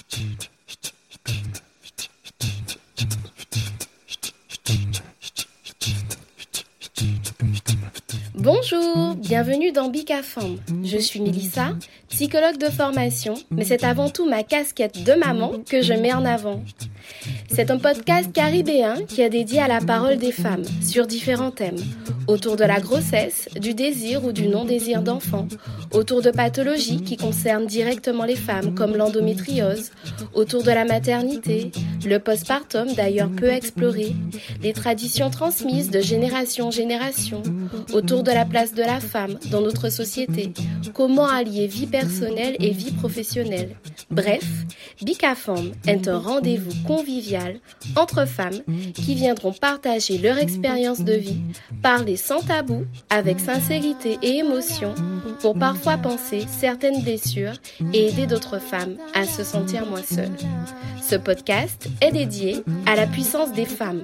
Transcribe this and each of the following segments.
Bonjour, bienvenue dans Bicafam. Je suis Mélissa, psychologue de formation, mais c'est avant tout ma casquette de maman que je mets en avant. C'est un podcast caribéen qui est dédié à la parole des femmes sur différents thèmes, autour de la grossesse, du désir ou du non-désir d'enfant, autour de pathologies qui concernent directement les femmes comme l'endométriose, autour de la maternité, le postpartum d'ailleurs peu exploré, les traditions transmises de génération en génération, autour de la place de la femme dans notre société, comment allier vie personnelle et vie professionnelle. Bref, Bicafam est un rendez-vous convivial entre femmes qui viendront partager leur expérience de vie, parler sans tabou, avec sincérité et émotion, pour parfois penser certaines blessures et aider d'autres femmes à se sentir moins seules. Ce podcast est dédié à la puissance des femmes.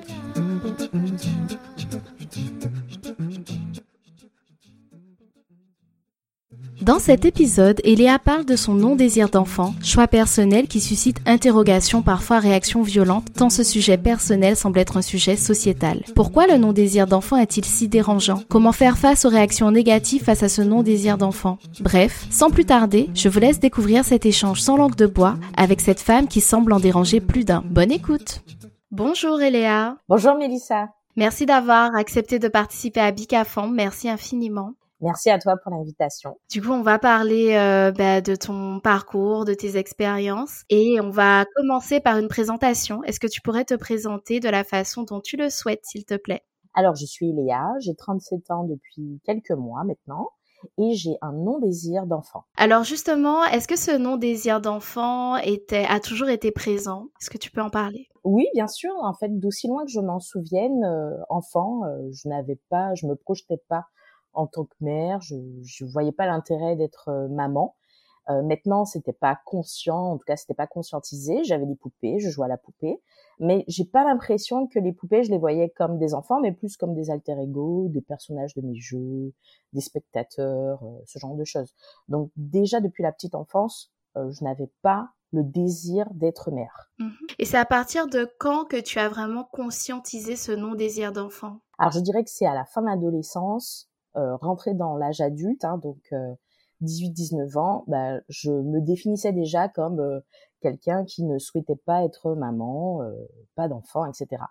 Dans cet épisode, Eléa parle de son non-désir d'enfant, choix personnel qui suscite interrogations, parfois réactions violentes, tant ce sujet personnel semble être un sujet sociétal. Pourquoi le non-désir d'enfant est-il si dérangeant? Comment faire face aux réactions négatives face à ce non-désir d'enfant? Bref, sans plus tarder, je vous laisse découvrir cet échange sans langue de bois avec cette femme qui semble en déranger plus d'un. Bonne écoute! Bonjour Eléa. Bonjour Mélissa. Merci d'avoir accepté de participer à Bicafam. Merci infiniment. Merci à toi pour l'invitation. Du coup, on va parler de ton parcours, de tes expériences et on va commencer par une présentation. Est-ce que tu pourrais te présenter de la façon dont tu le souhaites, s'il te plaît? Alors, je suis Léa, j'ai 37 ans depuis quelques mois maintenant et j'ai un non-désir d'enfant. Alors justement, est-ce que ce non-désir d'enfant a toujours été présent? Est-ce que tu peux en parler? Oui, bien sûr. En fait, d'aussi loin que je m'en souvienne, enfant, je me projetais pas en tant que mère, je voyais pas l'intérêt d'être maman. Maintenant, c'était pas conscient, en tout cas, c'était pas conscientisé. J'avais des poupées, je jouais à la poupée, mais j'ai pas l'impression que les poupées, je les voyais comme des enfants, mais plus comme des alter ego, des personnages de mes jeux, des spectateurs, ce genre de choses. Donc déjà depuis la petite enfance, je n'avais pas le désir d'être mère. Et c'est à partir de quand que tu as vraiment conscientisé ce non-désir d'enfant? Alors je dirais que c'est à la fin de l'adolescence, rentrer dans l'âge adulte, donc 18-19 ans, je me définissais déjà comme quelqu'un qui ne souhaitait pas être maman, pas d'enfant, etc.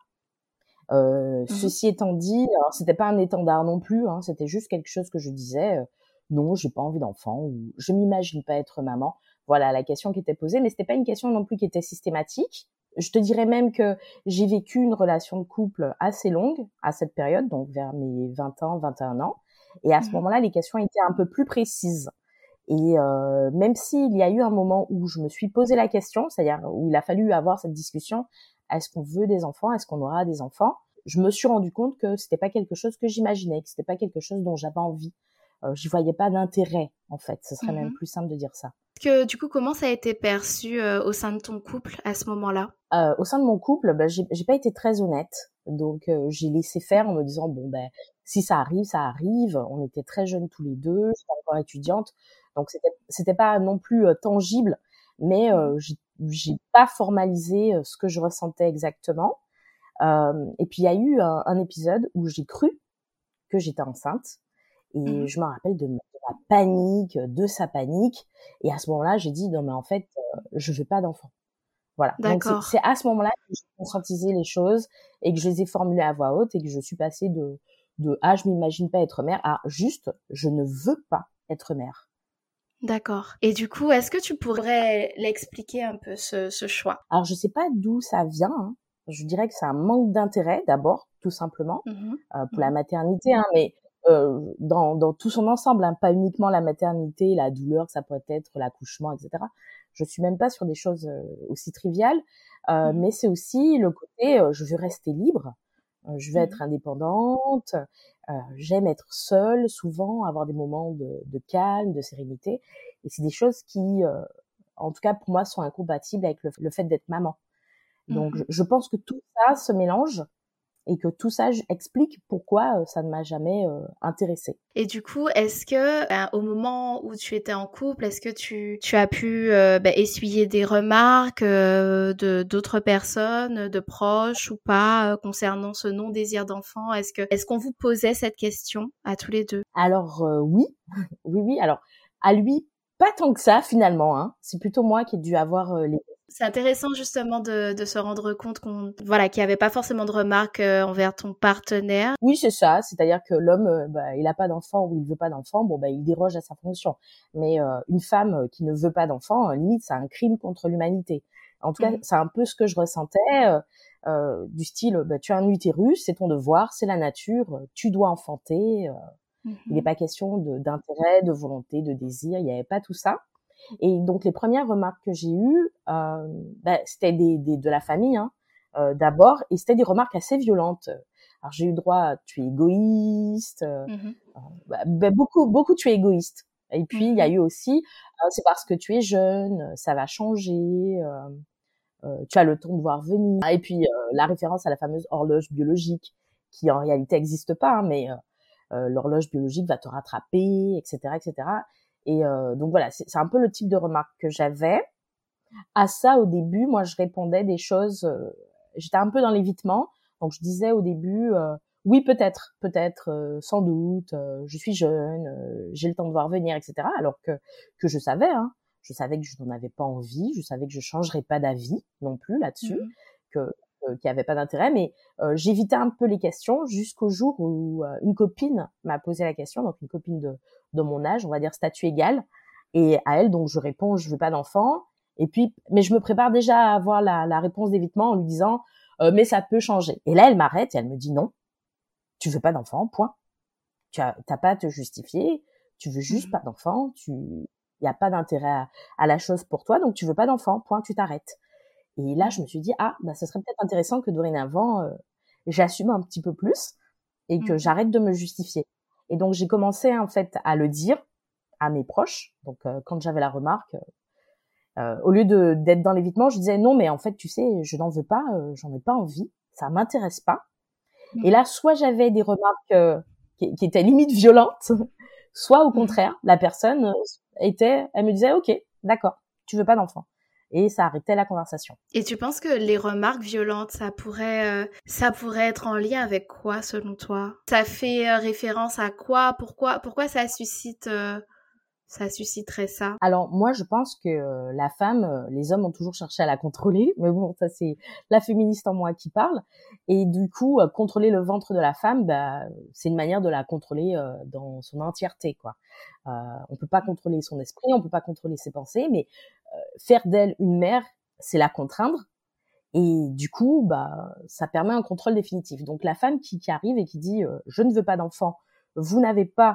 Ceci étant dit, alors c'était pas un étendard non plus, c'était juste quelque chose que je disais, non, j'ai pas envie d'enfant ou je m'imagine pas être maman. Voilà la question qui était posée, mais c'était pas une question non plus qui était systématique. Je te dirais même que j'ai vécu une relation de couple assez longue à cette période, donc vers mes 20 ans, 21 ans. Et à ce moment-là, les questions étaient un peu plus précises. Et même s'il y a eu un moment où je me suis posé la question, c'est-à-dire où il a fallu avoir cette discussion, est-ce qu'on veut des enfants, est-ce qu'on aura des enfants, je me suis rendu compte que c'était pas quelque chose que j'imaginais, que c'était pas quelque chose dont j'avais envie. J'y voyais pas d'intérêt, en fait. Ce serait même plus simple de dire ça. Du coup, comment ça a été perçu au sein de ton couple à ce moment-là? Au sein de mon couple, j'ai pas été très honnête. Donc, j'ai laissé faire en me disant, si ça arrive, ça arrive. On était très jeunes tous les deux, j'étais encore étudiante. Donc, c'était pas non plus tangible. Mais j'ai pas formalisé ce que je ressentais exactement. Et puis, il y a eu un épisode où j'ai cru que j'étais enceinte. Et je me rappelle de ma panique, de sa panique. Et à ce moment-là, j'ai dit, non, mais en fait, je veux pas d'enfant. Voilà. D'accord. Donc, c'est à ce moment-là que j'ai conscientisé les choses et que je les ai formulées à voix haute et que je suis passée de je m'imagine pas être mère à juste, je ne veux pas être mère. D'accord. Et du coup, est-ce que tu pourrais l'expliquer un peu, ce choix? Alors, je sais pas d'où ça vient. Je dirais que c'est un manque d'intérêt, d'abord, tout simplement, pour la maternité, mais dans tout son ensemble, pas uniquement la maternité, la douleur, ça pourrait être l'accouchement, etc. Je suis même pas sur des choses aussi triviales, mais c'est aussi le côté je veux rester libre, je veux être indépendante, j'aime être seule, souvent avoir des moments de calme, de sérénité, et c'est des choses qui, en tout cas pour moi, sont incompatibles avec le fait d'être maman. Donc je pense que tout ça se mélange. et que tout ça explique pourquoi ça ne m'a jamais intéressée. Et du coup, est-ce que au moment où tu étais en couple, est-ce que tu as pu essuyer des remarques de d'autres personnes, de proches ou pas, concernant ce non-désir d'enfant? Est-ce qu'on vous posait cette question à tous les deux? Alors oui, oui. Alors à lui, pas tant que ça finalement. Hein. C'est plutôt moi qui ai dû avoir les... C'est intéressant justement de se rendre compte qu'il n'y avait pas forcément de remarques envers ton partenaire. Oui, c'est ça. C'est-à-dire que l'homme, il a pas d'enfant ou il veut pas d'enfant, il déroge à sa fonction. Mais une femme qui ne veut pas d'enfant, limite, c'est un crime contre l'humanité. En tout cas, c'est un peu ce que je ressentais, du style, tu as un utérus, c'est ton devoir, c'est la nature, tu dois enfanter. Il n'est pas question d'intérêt, de volonté, de désir. Il n'y avait pas tout ça. Et donc les premières remarques que j'ai eues, c'était de la famille, hein, d'abord, et c'était des remarques assez violentes. Alors j'ai eu droit à tu es égoïste, beaucoup tu es égoïste. Et puis il y a eu aussi c'est parce que tu es jeune, ça va changer, tu as le temps de voir venir. Et puis la référence à la fameuse horloge biologique qui en réalité n'existe pas, hein, mais l'horloge biologique va te rattraper, etc., etc. Et donc voilà, c'est un peu le type de remarque que j'avais. À ça, au début, moi, je répondais des choses. J'étais un peu dans l'évitement, donc je disais au début, oui, peut-être, sans doute. Je suis jeune, j'ai le temps de voir venir, etc. Alors que je savais, hein, je savais que je n'en avais pas envie, je savais que je changerais pas d'avis non plus là-dessus, qu'il n'y avait pas d'intérêt, mais j'évitais un peu les questions jusqu'au jour où une copine m'a posé la question, donc une copine de mon âge, on va dire statut égal, et à elle, donc je réponds, je veux pas d'enfant, et puis, mais je me prépare déjà à avoir la réponse d'évitement en lui disant, mais ça peut changer. Et là, elle m'arrête et elle me dit non, tu veux pas d'enfant, point. T'as pas à te justifier, tu veux juste pas d'enfant, il y a pas d'intérêt à la chose pour toi, donc tu veux pas d'enfant, point, tu t'arrêtes. Et là, je me suis dit, ce serait peut-être intéressant que dorénavant, j'assume un petit peu plus et que j'arrête de me justifier. Et donc, j'ai commencé en fait à le dire à mes proches. Donc, quand j'avais la remarque, au lieu d'être dans l'évitement, je disais non, mais en fait, tu sais, je n'en veux pas, j'en ai pas envie, ça m'intéresse pas. Et là, soit j'avais des remarques qui étaient limite violentes, soit au contraire, la personne elle me disait, ok, d'accord, tu veux pas d'enfant. Et ça arrêtait la conversation. Et tu penses que les remarques violentes, ça pourrait être en lien avec quoi selon toi? Ça fait référence à quoi? Pourquoi ça susciterait ça? Alors moi, je pense que la femme, les hommes ont toujours cherché à la contrôler, mais bon, ça c'est la féministe en moi qui parle. Et du coup, contrôler le ventre de la femme, c'est une manière de la contrôler dans son entièreté, quoi. On peut pas contrôler son esprit, on peut pas contrôler ses pensées, mais faire d'elle une mère, c'est la contraindre. Et du coup, ça permet un contrôle définitif. Donc la femme qui arrive et qui dit je ne veux pas d'enfant, vous n'avez pas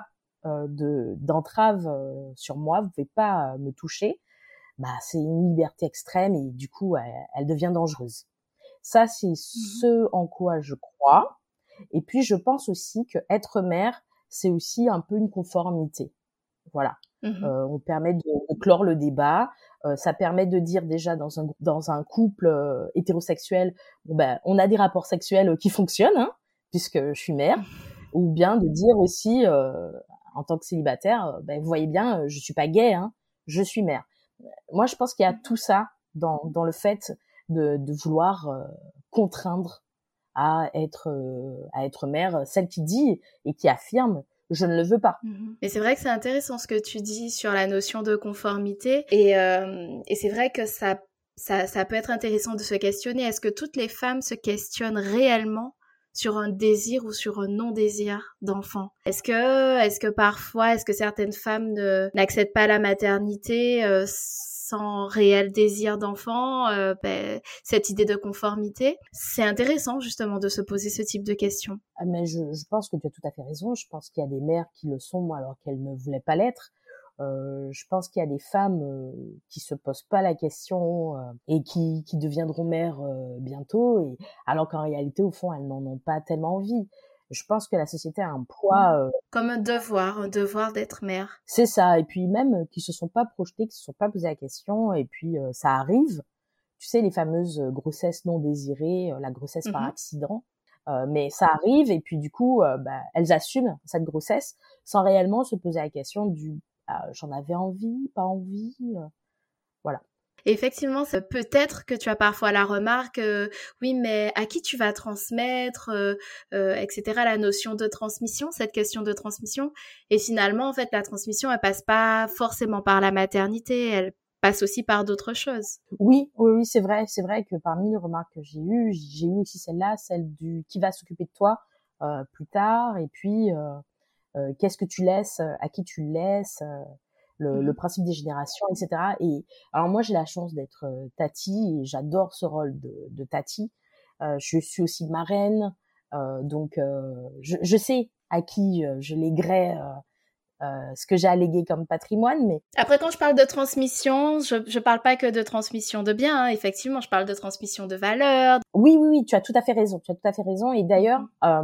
d'entrave sur moi, vous pouvez pas me toucher, c'est une liberté extrême et du coup elle devient dangereuse. Ça c'est ce en quoi je crois. Et puis je pense aussi que être mère, c'est aussi un peu une conformité. Voilà. On permet de clore le débat. Ça permet de dire déjà dans un couple hétérosexuel, on a des rapports sexuels qui fonctionnent, hein, puisque je suis mère, ou bien de dire aussi en tant que célibataire, vous voyez bien, je suis pas gay, hein, je suis mère. Moi, je pense qu'il y a tout ça dans le fait de vouloir contraindre à être mère, celle qui dit et qui affirme je ne le veux pas. Mais c'est vrai que c'est intéressant ce que tu dis sur la notion de conformité et c'est vrai que ça peut être intéressant de se questionner. Est-ce que toutes les femmes se questionnent réellement sur un désir ou sur un non-désir d'enfant? Est-ce que parfois, est-ce que certaines femmes n'acceptent pas la maternité sans réel désir d'enfant, cette idée de conformité? C'est intéressant justement de se poser ce type de questions. Mais je pense que tu as tout à fait raison. Je pense qu'il y a des mères qui le sont alors qu'elles ne voulaient pas l'être. Je pense qu'il y a des femmes qui se posent pas la question et qui deviendront mères bientôt, et alors qu'en réalité, au fond, elles n'en ont pas tellement envie. Je pense que la société a un poids... Comme un devoir d'être mère. C'est ça, et puis même qui se sont pas projetées, qui se sont pas posé la question, et puis ça arrive. Tu sais, les fameuses grossesses non désirées, la grossesse par accident. Mais ça arrive et puis du coup, elles assument cette grossesse sans réellement se poser la question du j'en avais envie, pas envie, voilà. Effectivement, peut-être que tu as parfois la remarque, oui, mais à qui tu vas transmettre, etc. La notion de transmission, cette question de transmission. Et finalement, en fait, la transmission, elle passe pas forcément par la maternité, elle passe aussi par d'autres choses. Oui, c'est vrai que parmi les remarques que j'ai eu aussi celle-là, celle du qui va s'occuper de toi plus tard, et puis qu'est-ce que tu laisses, à qui tu le laisses, le principe des générations, etc. Et alors moi, j'ai la chance d'être tati et j'adore ce rôle de tati. Je suis aussi marraine, donc je sais à qui je léguerai ce que j'ai à léguer comme patrimoine. Mais après, quand je parle de transmission, je parle pas que de transmission de biens, hein. Effectivement, je parle de transmission de valeurs. Oui, tu as tout à fait raison. Et d'ailleurs,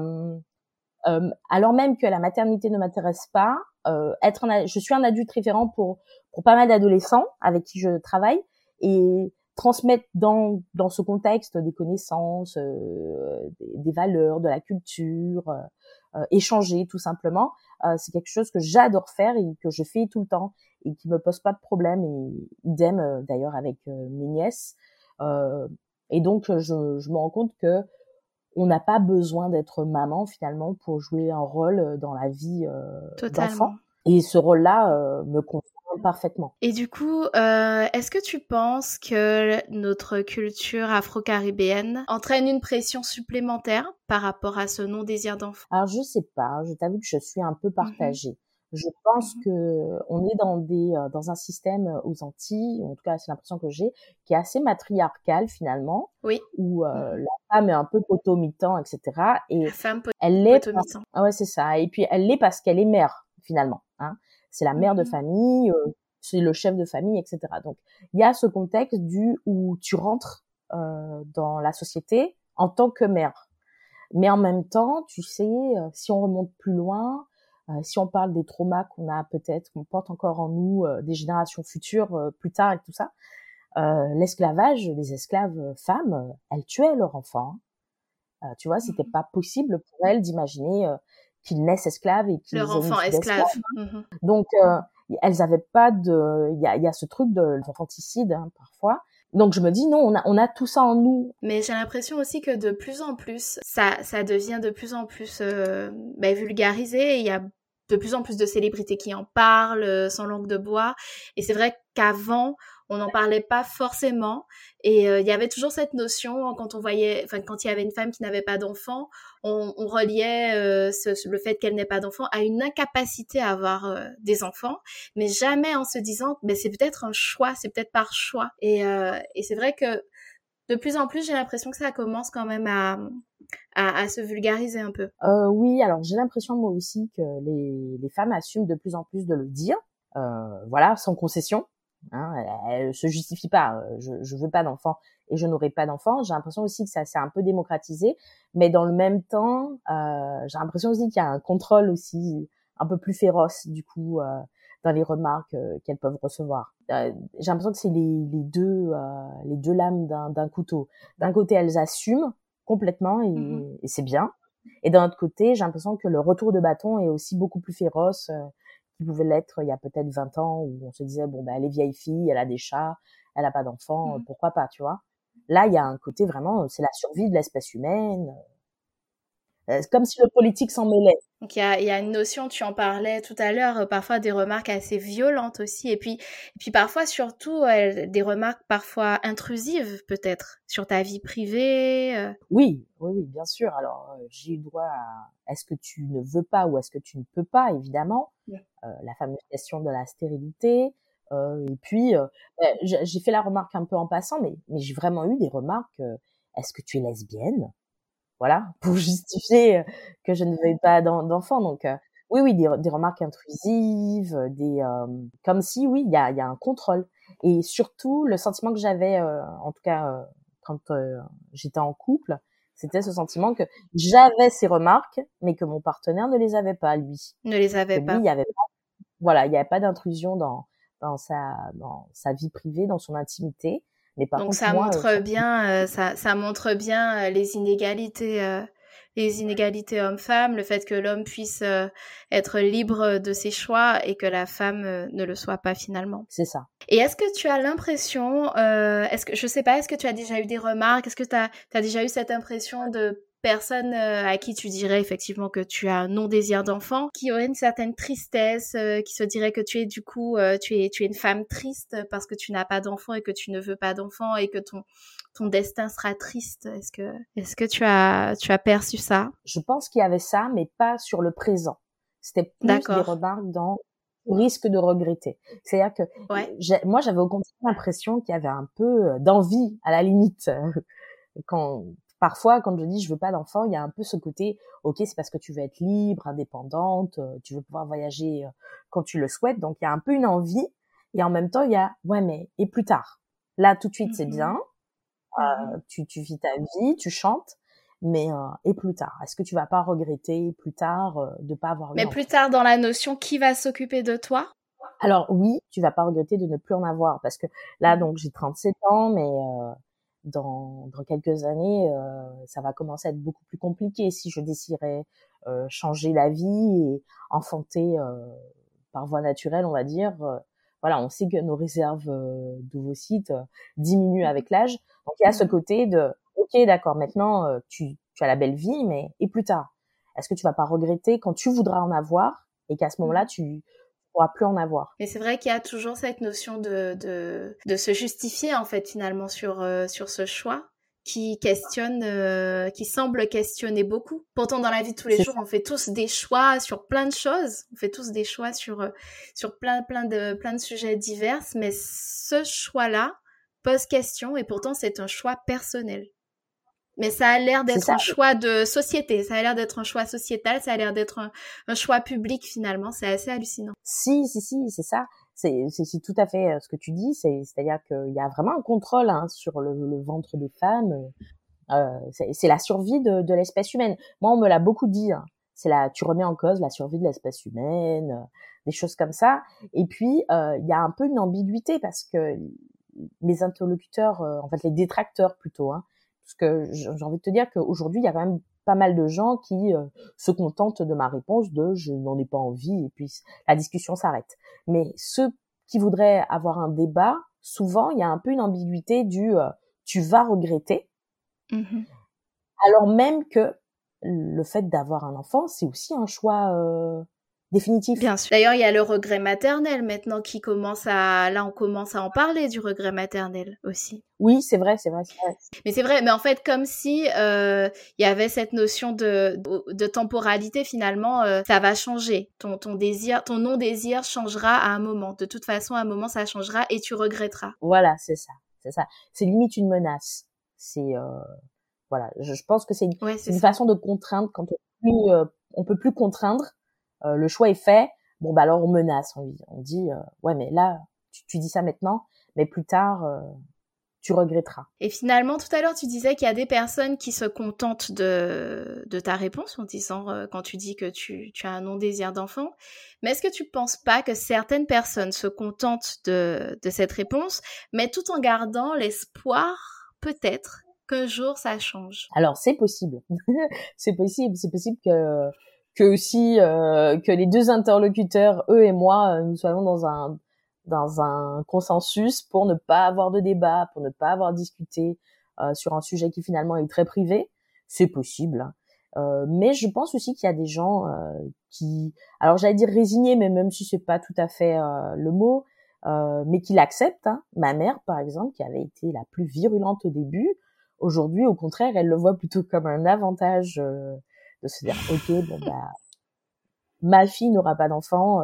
alors même que la maternité ne m'intéresse pas, je suis un adulte référent pour pas mal d'adolescents avec qui je travaille, et transmettre dans ce contexte des connaissances, des valeurs, de la culture, échanger tout simplement, c'est quelque chose que j'adore faire et que je fais tout le temps et qui me pose pas de problème, et idem d'ailleurs avec mes nièces, et donc je me rends compte que on n'a pas besoin d'être maman finalement pour jouer un rôle dans la vie d'enfant. Et ce rôle-là me convient parfaitement. Et du coup, est-ce que tu penses que notre culture afro-caribéenne entraîne une pression supplémentaire par rapport à ce non-désir d'enfant? Alors je sais pas, je t'avoue que je suis un peu partagée. Je pense que on est dans un système aux Antilles, en tout cas c'est l'impression que j'ai, qui est assez matriarcal finalement, oui. Où la femme est un peu potomitan, etc. Et la femme elle l'est ouais, c'est ça. Et puis elle l'est parce qu'elle est mère finalement. Hein. C'est la mère de famille, c'est le chef de famille, etc. Donc il y a ce contexte où tu rentres dans la société en tant que mère. Mais en même temps, tu sais, si on remonte plus loin, si on parle des traumas qu'on porte encore en nous, des générations futures plus tard et tout ça, l'esclavage, les esclaves femmes, elles tuaient leurs enfants. Tu vois, c'était pas possible pour elles d'imaginer qu'ils naissent esclaves et qu'ils leur enfant esclave. Donc elles avaient pas il y a ce truc de l'infanticide parfois. Donc je me dis non, on a tout ça en nous. Mais j'ai l'impression aussi que de plus en plus, ça devient de plus en plus vulgarisé. Il y a de plus en plus de célébrités qui en parlent sans langue de bois. Et c'est vrai qu'avant, on n'en parlait pas forcément. Et il y avait toujours cette notion, quand il y avait une femme qui n'avait pas d'enfant, on reliait le fait qu'elle n'ait pas d'enfant à une incapacité à avoir des enfants, mais jamais en se disant c'est peut-être un choix, c'est peut-être par choix. Et c'est vrai que de plus en plus, j'ai l'impression que ça commence quand même à se vulgariser un peu. Oui, alors j'ai l'impression moi aussi que les femmes assument de plus en plus de le dire, voilà, sans concession. Hein, elle se justifie pas. Je veux pas d'enfant et je n'aurai pas d'enfant. J'ai l'impression aussi que ça s'est un peu démocratisé, mais dans le même temps, j'ai l'impression aussi qu'il y a un contrôle aussi un peu plus féroce du coup dans les remarques qu'elles peuvent recevoir. J'ai l'impression que c'est les deux lames d'un couteau. D'un côté, elles assument complètement et c'est bien. Et d'un autre côté, j'ai l'impression que le retour de bâton est aussi beaucoup plus féroce qui pouvait l'être il y a peut-être 20 ans, où on se disait, elle est vieille fille, elle a des chats, elle a pas d'enfants, pourquoi pas, tu vois. Là, il y a un côté vraiment, c'est la survie de l'espèce humaine. C'est comme si le politique s'en mêlait. Donc il y a une notion, tu en parlais tout à l'heure, parfois des remarques assez violentes aussi, et puis parfois surtout des remarques parfois intrusives peut-être sur ta vie privée. Oui, bien sûr. Alors j'ai eu droit à est-ce que tu ne veux pas ou est-ce que tu ne peux pas, évidemment, la fameuse question de la stérilité. Et puis j'ai fait la remarque un peu en passant, mais j'ai vraiment eu des remarques. Est-ce que tu es lesbienne? Voilà, pour justifier que je ne veuille pas d'enfant. Donc oui, des remarques intrusives, comme si oui, il y a un contrôle. Et surtout, le sentiment que j'avais, en tout cas quand j'étais en couple, c'était ce sentiment que j'avais ces remarques, mais que mon partenaire ne les avait pas, lui. Ne les avait pas. Lui, il y avait pas d'intrusion dans sa vie privée, dans son intimité. Mais par donc contre, ça montre bien, ça montre bien les inégalités les inégalités hommes-femmes, le fait que l'homme puisse être libre de ses choix et que la femme ne le soit pas finalement. C'est ça. Et est-ce que tu as l'impression, est-ce que tu as déjà eu des remarques, est-ce que tu as déjà eu cette impression de personnes à qui tu dirais effectivement que tu as un non-désir d'enfant, qui auraient une certaine tristesse, qui se dirait que tu es du coup, tu es une femme triste parce que tu n'as pas d'enfant et que tu ne veux pas d'enfant et que ton destin sera triste. Est-ce que tu as perçu ça? Je pense qu'il y avait ça, mais pas sur le présent. C'était plus des remarques dans risque de regretter. C'est-à-dire que moi, j'avais au contraire l'impression qu'il y avait un peu d'envie, à la limite. Parfois, quand je dis je veux pas d'enfant, il y a un peu ce côté, ok, c'est parce que tu veux être libre, indépendante, tu veux pouvoir voyager quand tu le souhaites. Donc, il y a un peu une envie. Et en même temps, il y a, ouais, mais et plus tard. Là, tout de suite, c'est bien. Tu vis ta vie, tu chantes. Mais et plus tard, est-ce que tu vas pas regretter plus tard de pas avoir eu Mais plus tard dans la notion, qui va s'occuper de toi? Alors oui, tu vas pas regretter de ne plus en avoir parce que là donc j'ai 37 ans, mais dans quelques années ça va commencer à être beaucoup plus compliqué si je déciderais changer la vie et enfanter par voie naturelle, on va dire. Voilà, on sait que nos réserves d'ovocytes diminuent avec l'âge, donc il y a ce côté de ok, d'accord, maintenant tu as la belle vie, mais et plus tard, est-ce que tu vas pas regretter quand tu voudras en avoir et qu'à ce moment-là tu pourras plus en avoir? Mais c'est vrai qu'il y a toujours cette notion de se justifier en fait finalement sur ce choix qui questionne, qui semble questionner beaucoup. Pourtant dans la vie de tous les jours, on fait tous des choix sur plein de choses. On fait tous des choix sur plein de sujets divers, mais ce choix-là pose question et pourtant c'est un choix personnel. Mais ça a l'air d'être un choix de société, ça a l'air d'être un choix sociétal, ça a l'air d'être un choix public finalement, c'est assez hallucinant. Si, c'est ça. C'est tout à fait ce que tu dis, c'est-à-dire qu'il y a vraiment un contrôle sur le ventre des femmes. C'est la survie de l'espèce humaine. Moi, on me l'a beaucoup dit. Tu remets en cause la survie de l'espèce humaine, des choses comme ça. Et puis, il y a un peu une ambiguïté parce que mes interlocuteurs, en fait les détracteurs plutôt, parce que j'ai envie de te dire qu'aujourd'hui, il y a quand même pas mal de gens qui se contentent de ma réponse de je n'en ai pas envie et puis la discussion s'arrête. Mais ceux qui voudraient avoir un débat, souvent il y a un peu une ambiguïté du tu vas regretter, alors même que le fait d'avoir un enfant, c'est aussi un choix définitif. Bien sûr. D'ailleurs, il y a le regret maternel maintenant on commence à en parler du regret maternel aussi. Oui, c'est vrai. Mais c'est vrai, mais en fait, comme si il y avait cette notion de temporalité finalement, ça va changer. Ton désir, ton non-désir changera à un moment. De toute façon, à un moment, ça changera et tu regretteras. Voilà, c'est ça. C'est limite une menace. C'est voilà, je pense que c'est une façon de contraindre quand on peut plus contraindre. Le choix est fait, bon bah alors on menace, on dit ouais mais là tu dis ça maintenant, mais plus tard tu regretteras. Et finalement tout à l'heure tu disais qu'il y a des personnes qui se contentent de ta réponse en disant quand tu dis que tu as un non-désir d'enfant, mais est-ce que tu penses pas que certaines personnes se contentent de cette réponse, mais tout en gardant l'espoir peut-être qu'un jour ça change? Alors c'est possible, c'est possible que aussi que les deux interlocuteurs, eux et moi, nous soyons dans un consensus pour ne pas avoir de débat, pour ne pas avoir discuté sur un sujet qui finalement est très privé. C'est possible. Mais je pense aussi qu'il y a des gens qui, alors j'allais dire résignés, mais même si c'est pas tout à fait le mot, mais qui l'acceptent. Ma mère, par exemple, qui avait été la plus virulente au début, aujourd'hui, au contraire, elle le voit plutôt comme un avantage de se dire ok, bon bah ma fille n'aura pas d'enfant,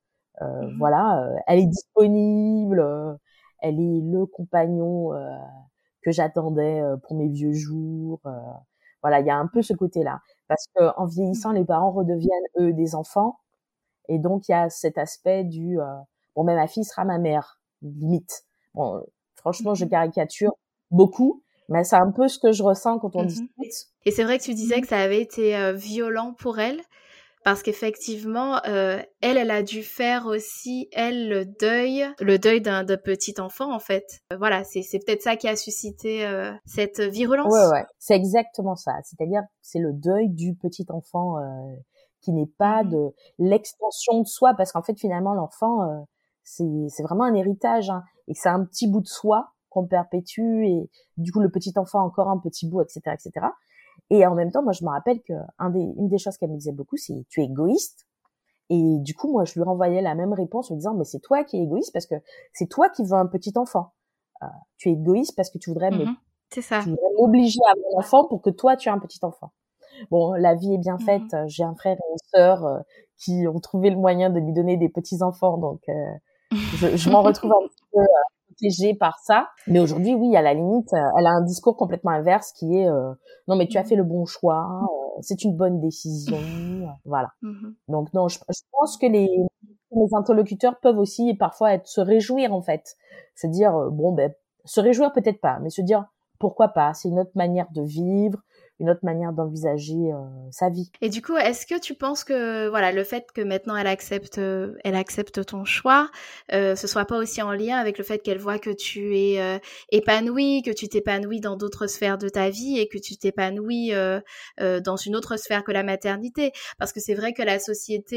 voilà, elle est disponible, elle est le compagnon que j'attendais pour mes vieux jours. Voilà, il y a un peu ce côté-là, parce que en vieillissant, les parents redeviennent eux des enfants, et donc il y a cet aspect du bon, mais ma fille sera ma mère, limite. Bon, franchement, je caricature beaucoup. Mais c'est un peu ce que je ressens quand on discute. Et c'est vrai que tu disais que ça avait été violent pour elle. parce qu'effectivement, elle a dû faire aussi, elle, le deuil de petit enfant, en fait. Voilà, c'est peut-être ça qui a suscité cette virulence. Ouais, c'est exactement ça. C'est-à-dire, c'est le deuil du petit enfant qui n'est pas de l'extension de soi, parce qu'en fait, finalement, l'enfant, c'est vraiment un héritage, hein, et c'est un petit bout de soi qu'on perpétue, et du coup, le petit enfant a encore un petit bout, etc., etc. Et en même temps, moi, je me rappelle que une des choses qu'elle me disait beaucoup, c'est tu es égoïste. Et du coup, moi, je lui renvoyais la même réponse en lui disant, mais c'est toi qui es égoïste parce que c'est toi qui veux un petit enfant. Tu es égoïste parce que tu voudrais C'est ça. m'obliger à avoir un enfant pour que toi, tu aies un petit enfant. Bon, la vie est bien faite. J'ai un frère et une sœur qui ont trouvé le moyen de lui donner des petits enfants. Donc, je m'en retrouve un petit peu protégée par ça. Mais aujourd'hui, oui, à la limite, elle a un discours complètement inverse qui est non, mais tu as fait le bon choix, c'est une bonne décision, voilà. Donc non, je pense que les interlocuteurs peuvent aussi parfois se réjouir en fait, se dire bon ben se réjouir peut-être pas, mais se dire pourquoi pas, c'est une autre manière de vivre, une autre manière d'envisager sa vie. Et du coup, est-ce que tu penses que voilà, le fait que maintenant elle accepte ton choix, ce soit pas aussi en lien avec le fait qu'elle voit que tu es épanouie, que tu t'épanouis dans d'autres sphères de ta vie et que tu t'épanouis dans une autre sphère que la maternité? Parce que c'est vrai que la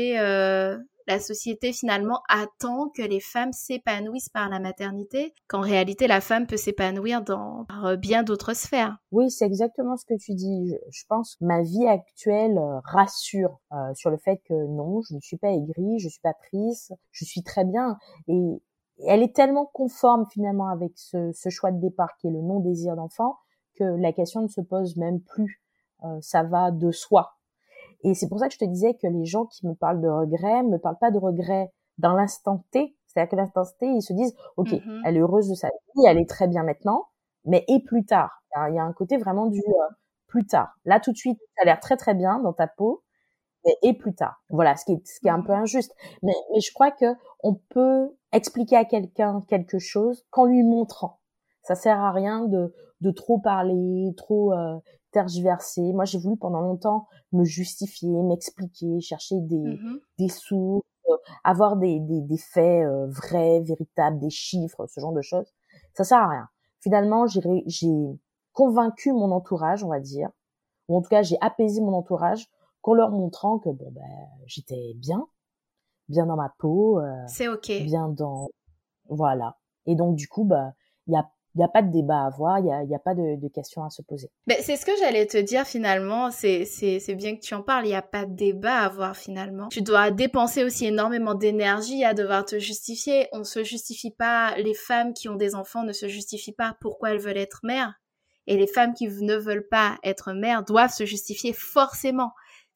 société finalement attend que les femmes s'épanouissent par la maternité, qu'en réalité la femme peut s'épanouir par bien d'autres sphères. Oui, c'est exactement ce que tu dis. Je pense que ma vie actuelle rassure sur le fait que non, je ne suis pas aigrie, je suis pas triste, je suis très bien. Et elle est tellement conforme finalement avec ce choix de départ qui est le non-désir d'enfant que la question ne se pose même plus. Ça va de soi. Et c'est pour ça que je te disais que les gens qui me parlent de regrets me parlent pas de regrets dans l'instant T. C'est-à-dire que l'instant T, ils se disent, OK, elle est heureuse de sa vie, elle est très bien maintenant, mais et plus tard. Il y a un côté vraiment du plus tard. Là, tout de suite, ça a l'air très très bien dans ta peau, mais et plus tard. Voilà, ce qui est un peu injuste. Mais je crois que on peut expliquer à quelqu'un quelque chose qu'en lui montrant. Ça sert à rien de trop parler, trop tergiverser. Moi, j'ai voulu pendant longtemps me justifier, m'expliquer, chercher des sources, avoir des faits vrais, véritables, des chiffres, ce genre de choses. Ça sert à rien. Finalement, j'ai convaincu mon entourage, on va dire, ou en tout cas, j'ai apaisé mon entourage qu'en leur montrant que bon ben j'étais bien dans ma peau, c'est ok, bien dans voilà. Et donc du coup, bah il y a pas de débat à avoir, il y a pas de questions à se poser. Ben, c'est ce que j'allais te dire finalement, c'est bien que tu en parles, il n'y a pas de débat à avoir finalement. Tu dois dépenser aussi énormément d'énergie à devoir te justifier. On ne se justifie pas, les femmes qui ont des enfants ne se justifient pas pourquoi elles veulent être mères. Et les femmes qui ne veulent pas être mères doivent se justifier forcément.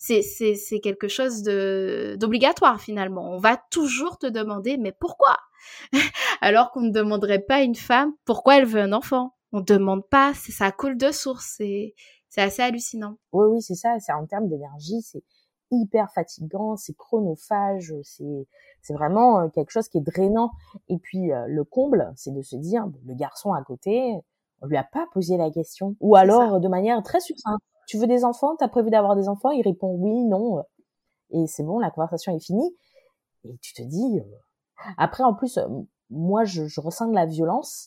C'est quelque chose d'obligatoire finalement. On va toujours te demander mais pourquoi? Alors qu'on ne demanderait pas à une femme pourquoi elle veut un enfant. On ne demande pas, ça coule de source, c'est assez hallucinant. Oui, c'est ça, c'est en termes d'énergie, c'est hyper fatigant, c'est chronophage, c'est vraiment quelque chose qui est drainant. Et puis le comble, c'est de se dire, bon, le garçon à côté, on lui a pas posé la question. Ou alors de manière très succincte, tu veux des enfants, t'as prévu d'avoir des enfants? Il répond oui, non. Et c'est bon, la conversation est finie. Et tu te dis, après en plus, moi je ressens de la violence,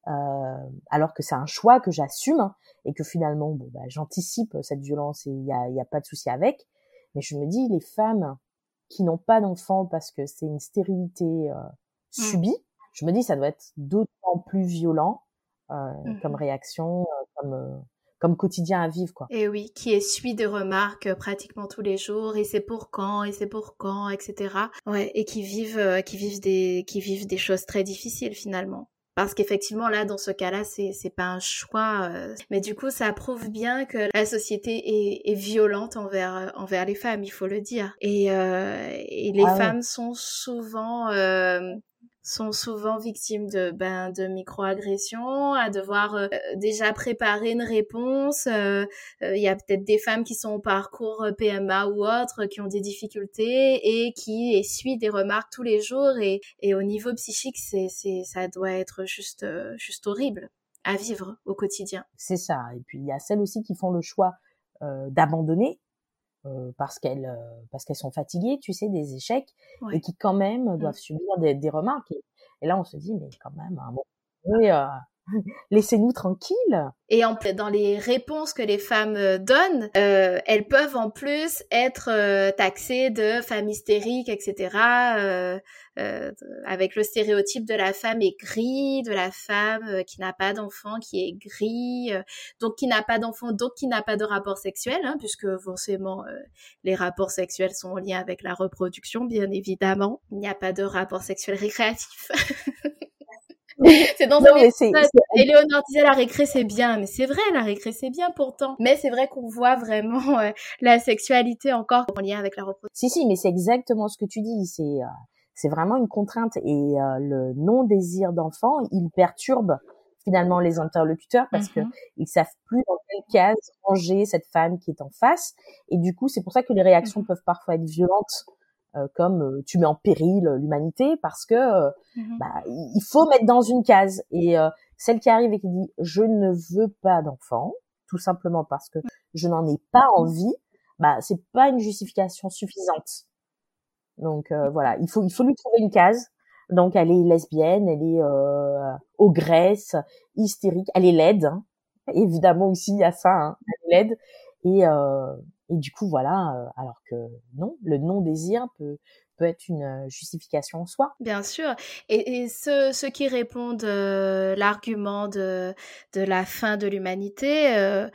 alors que c'est un choix que j'assume, hein, et que finalement, bon, bah, j'anticipe cette violence et il y a pas de souci avec. Mais je me dis, les femmes qui n'ont pas d'enfants parce que c'est une stérilité subie, je me dis, ça doit être d'autant plus violent comme réaction, comme quotidien à vivre, quoi. Et oui, qui essuie des remarques pratiquement tous les jours, et c'est pour quand, etc. Ouais, et qui vivent des choses très difficiles finalement. Parce qu'effectivement, là, dans ce cas-là, c'est pas un choix. Mais du coup, ça prouve bien que la société est violente envers les femmes, il faut le dire. Et les femmes sont souvent victimes de micro-agressions, à devoir déjà préparer une réponse. Il y a peut-être des femmes qui sont au parcours PMA ou autres, qui ont des difficultés et qui essuient des remarques tous les jours. Et au niveau psychique, ça doit être juste horrible à vivre au quotidien. C'est ça. Et puis, il y a celles aussi qui font le choix d'abandonner, parce qu'elles sont fatiguées, tu sais, des échecs, Ouais. et qui quand même doivent subir des remarques. Et là, on se dit, mais quand même, à un moment donné, laissez-nous tranquilles. Et dans les réponses que les femmes donnent, elles peuvent en plus être taxées de femmes hystériques, etc. Avec le stéréotype de la femme aigrie, de la femme qui n'a pas d'enfant, qui est aigrie, donc qui n'a pas d'enfant, donc qui n'a pas de rapport sexuel, hein, puisque forcément les rapports sexuels sont en lien avec la reproduction, bien évidemment. Il n'y a pas de rapport sexuel récréatif. C'est dans un épisode, Éléonore disait la récré c'est bien, mais c'est vrai, la récré c'est bien pourtant. Mais c'est vrai qu'on voit vraiment la sexualité encore en lien avec la reproduction. Si, mais c'est exactement ce que tu dis, c'est vraiment une contrainte, et le non-désir d'enfant, il perturbe finalement les interlocuteurs, parce que ils savent plus dans quelle case ranger cette femme qui est en face, et du coup c'est pour ça que les réactions peuvent parfois être violentes, comme tu mets en péril l'humanité, parce que il faut mettre dans une case. Et celle qui arrive et qui dit je ne veux pas d'enfant, tout simplement parce que je n'en ai pas envie, c'est pas une justification suffisante. Donc voilà, il faut lui trouver une case. Donc elle est lesbienne, elle est ogresse, hystérique, elle est laide, hein. Évidemment aussi il y a ça, hein, elle est laide. Et du coup voilà, alors que non, le non-désir peut être une justification en soi. Bien sûr. Et ceux qui répondent l'argument de la fin de l'humanité,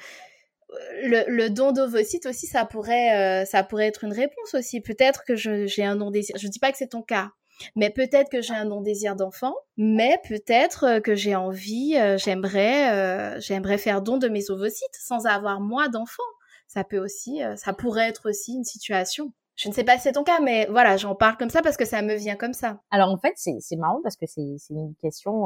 le don d'ovocytes aussi, ça pourrait être une réponse aussi. Peut-être que j'ai un non-désir. Je dis pas que c'est ton cas, mais peut-être que j'ai un non-désir d'enfant, mais peut-être que j'ai envie, j'aimerais faire don de mes ovocytes sans avoir moi d'enfant. Ça pourrait être aussi une situation. Je ne sais pas si c'est ton cas, mais voilà, j'en parle comme ça parce que ça me vient comme ça. Alors en fait, c'est marrant parce que c'est une question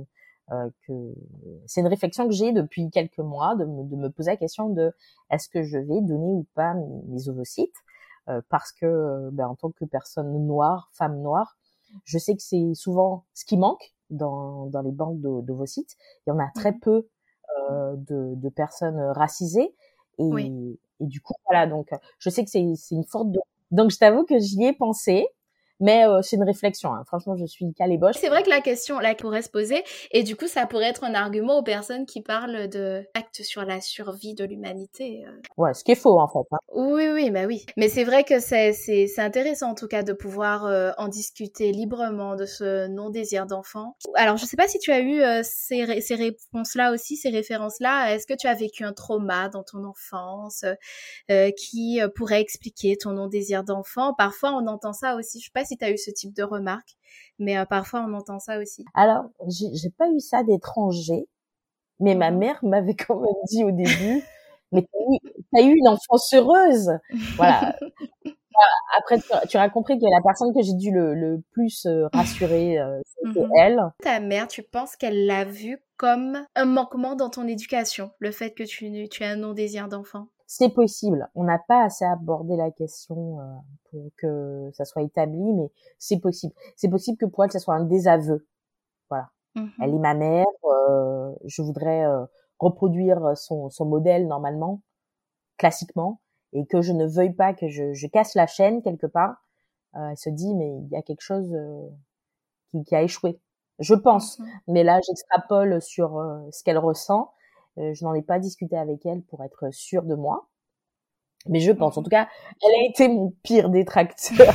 c'est une réflexion que j'ai depuis quelques mois, de me poser la question de est-ce que je vais donner ou pas mes ovocytes, parce que en tant que personne noire, femme noire, je sais que c'est souvent ce qui manque dans les banques d'ovocytes. Il y en a très peu de personnes racisées, et du coup voilà, donc je sais que c'est une forte donc je t'avoue que j'y ai pensé, mais c'est une réflexion, hein. Franchement, je suis caléboche. C'est vrai que la question là pourrait se poser, et du coup ça pourrait être un argument aux personnes qui parlent de actes sur la survie de l'humanité. Ouais, ce qui est faux en fait, hein. Oui, oui. Mais c'est vrai que c'est intéressant en tout cas de pouvoir en discuter librement de ce non-désir d'enfant. Alors je sais pas si tu as eu ces réponses-là aussi, ces références-là. Est-ce que tu as vécu un trauma dans ton enfance qui pourrait expliquer ton non-désir d'enfant? Parfois on entend ça aussi. Je sais pas si tu as eu ce type de remarques, mais parfois on entend ça aussi. Alors, j'ai pas eu ça d'étranger, mais ma mère m'avait quand même dit au début, mais t'as eu une enfance heureuse. Voilà. Après, tu auras compris que la personne que j'ai dû le plus rassurer, c'était elle. Ta mère, tu penses qu'elle l'a vu comme un manquement dans ton éducation, le fait que tu aies un non-désir d'enfant? C'est possible. On n'a pas assez abordé la question pour que ça soit établi, mais c'est possible. C'est possible que pour elle, ça soit un désaveu. Voilà. Elle est ma mère. Je voudrais reproduire son modèle normalement, classiquement, et que je ne veuille pas que je casse la chaîne quelque part. Elle se dit, mais il y a quelque chose qui a échoué. Je pense. Mais là, j'extrapole sur ce qu'elle ressent. Je n'en ai pas discuté avec elle pour être sûre de moi. Mais je pense. En tout cas, elle a été mon pire détracteur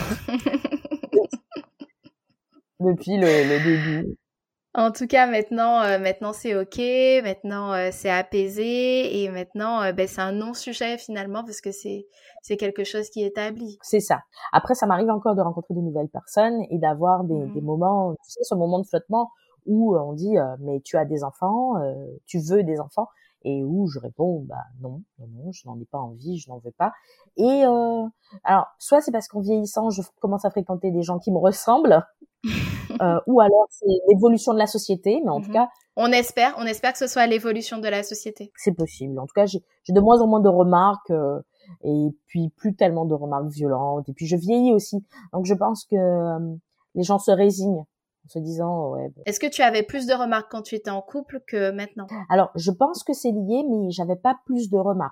depuis le début. En tout cas, maintenant c'est ok, maintenant c'est apaisé, et maintenant c'est un non-sujet finalement parce que c'est quelque chose qui est établi. C'est ça. Après, ça m'arrive encore de rencontrer de nouvelles personnes et d'avoir des moments, tu sais, ce moment de flottement où on dit mais tu as des enfants, tu veux des enfants, et où je réponds non, je n'en ai pas envie, je n'en veux pas. Et alors soit c'est parce qu'en vieillissant, je commence à fréquenter des gens qui me ressemblent. Ou alors c'est l'évolution de la société, mais en tout cas on espère que ce soit l'évolution de la société. C'est possible. En tout cas, j'ai de moins en moins de remarques, et puis plus tellement de remarques violentes, et puis je vieillis aussi, donc je pense que les gens se résignent en se disant ouais. Bon. Est-ce que tu avais plus de remarques quand tu étais en couple que maintenant? Alors je pense que c'est lié, mais j'avais pas plus de remarques.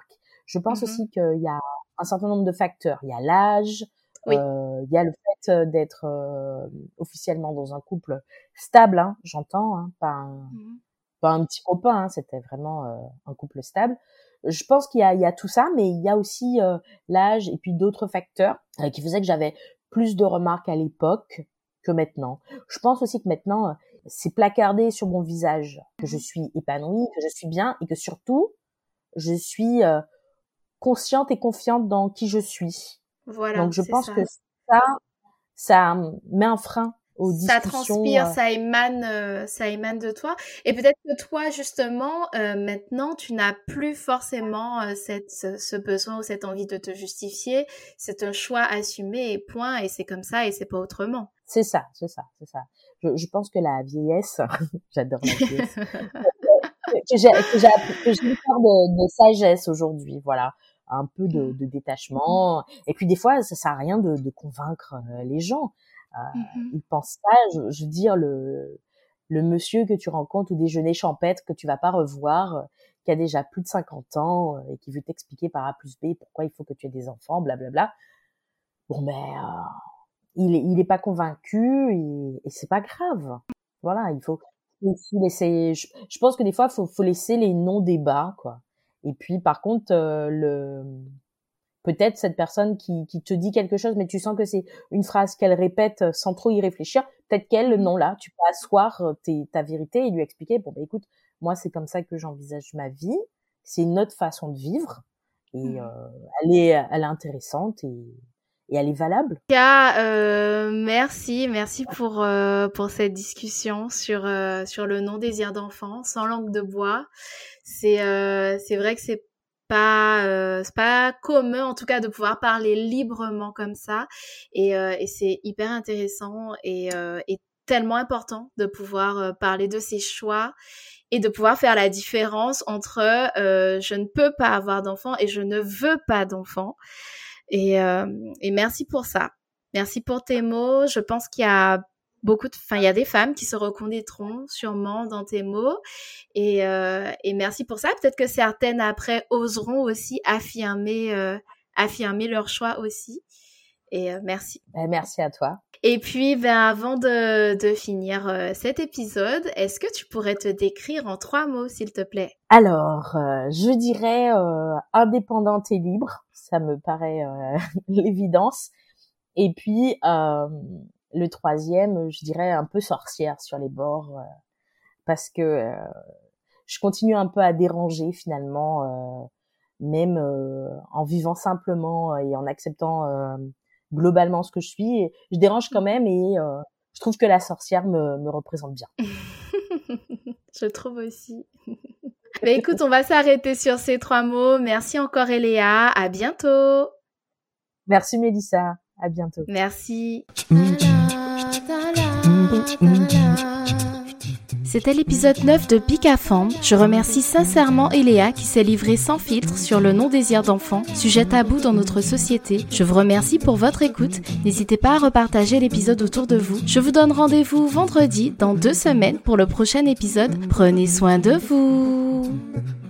Je pense aussi qu'il y a un certain nombre de facteurs. Il y a l'âge, il y a le fait d'être officiellement dans un couple stable, hein, j'entends, hein, pas un petit copain, hein, c'était vraiment un couple stable. Je pense qu'il y a tout ça, mais il y a aussi l'âge et puis d'autres facteurs qui faisaient que j'avais plus de remarques à l'époque que maintenant. Je pense aussi que maintenant, c'est placardé sur mon visage, que je suis épanouie, que je suis bien et que surtout, je suis consciente et confiante dans qui je suis. Voilà. Donc je pense que ça met un frein aux discussions. Ça transpire, ça émane de toi. Et peut-être que toi, justement, maintenant, tu n'as plus forcément ce besoin ou cette envie de te justifier. C'est un choix assumé et point. Et c'est comme ça et c'est pas autrement. C'est ça. Je pense que la vieillesse, j'adore la vieillesse, que j'ai une part de sagesse aujourd'hui, voilà. Un peu de détachement. Et puis des fois, ça sert à rien de convaincre les gens. Ils pensent pas, je veux dire, le monsieur que tu rencontres au déjeuner champêtre que tu vas pas revoir, qui a déjà plus de 50 ans et qui veut t'expliquer par A plus B pourquoi il faut que tu aies des enfants, blablabla. Bon, il est pas convaincu et c'est pas grave. Voilà, il faut laisser. Je pense que des fois, faut laisser les non-débats, quoi. Et puis, par contre, peut-être cette personne qui te dit quelque chose, mais tu sens que c'est une phrase qu'elle répète sans trop y réfléchir. Peut-être qu'elle, non, là, tu peux asseoir ta vérité et lui expliquer, bon, écoute, moi, c'est comme ça que j'envisage ma vie. C'est une autre façon de vivre. Et elle est intéressante et elle est valable. Merci pour cette discussion sur le non-désir d'enfant, sans langue de bois. C'est vrai que c'est pas commun en tout cas de pouvoir parler librement comme ça et c'est hyper intéressant et tellement important de pouvoir parler de ses choix et de pouvoir faire la différence entre je ne peux pas avoir d'enfant et je ne veux pas d'enfant. Et merci pour ça. Merci pour tes mots. Je pense qu'il y a il y a des femmes qui se reconnaîtront sûrement dans tes mots. Et merci pour ça. Peut-être que certaines après oseront aussi affirmer leur choix aussi. Et merci. Merci à toi. Et puis, avant de finir cet épisode, est-ce que tu pourrais te décrire en 3 mots, s'il te plaît? Alors, je dirais indépendante et libre. Ça me paraît l'évidence. Et puis, le 3e, je dirais un peu sorcière sur les bords, parce que je continue un peu à déranger finalement, même en vivant simplement et en acceptant globalement ce que je suis. Et je dérange quand même et je trouve que la sorcière me représente bien. Je trouve aussi. Mais écoute, on va s'arrêter sur ces 3 mots. Merci encore Eléa, à bientôt. Merci Mélissa, à bientôt. Merci. C'était l'épisode 9 de Pic à Femme. Je remercie sincèrement Eléa qui s'est livrée sans filtre sur le non-désir d'enfant, sujet tabou dans notre société. Je vous remercie pour votre écoute. N'hésitez pas à repartager l'épisode autour de vous. Je vous donne rendez-vous vendredi dans 2 semaines pour le prochain épisode. Prenez soin de vous.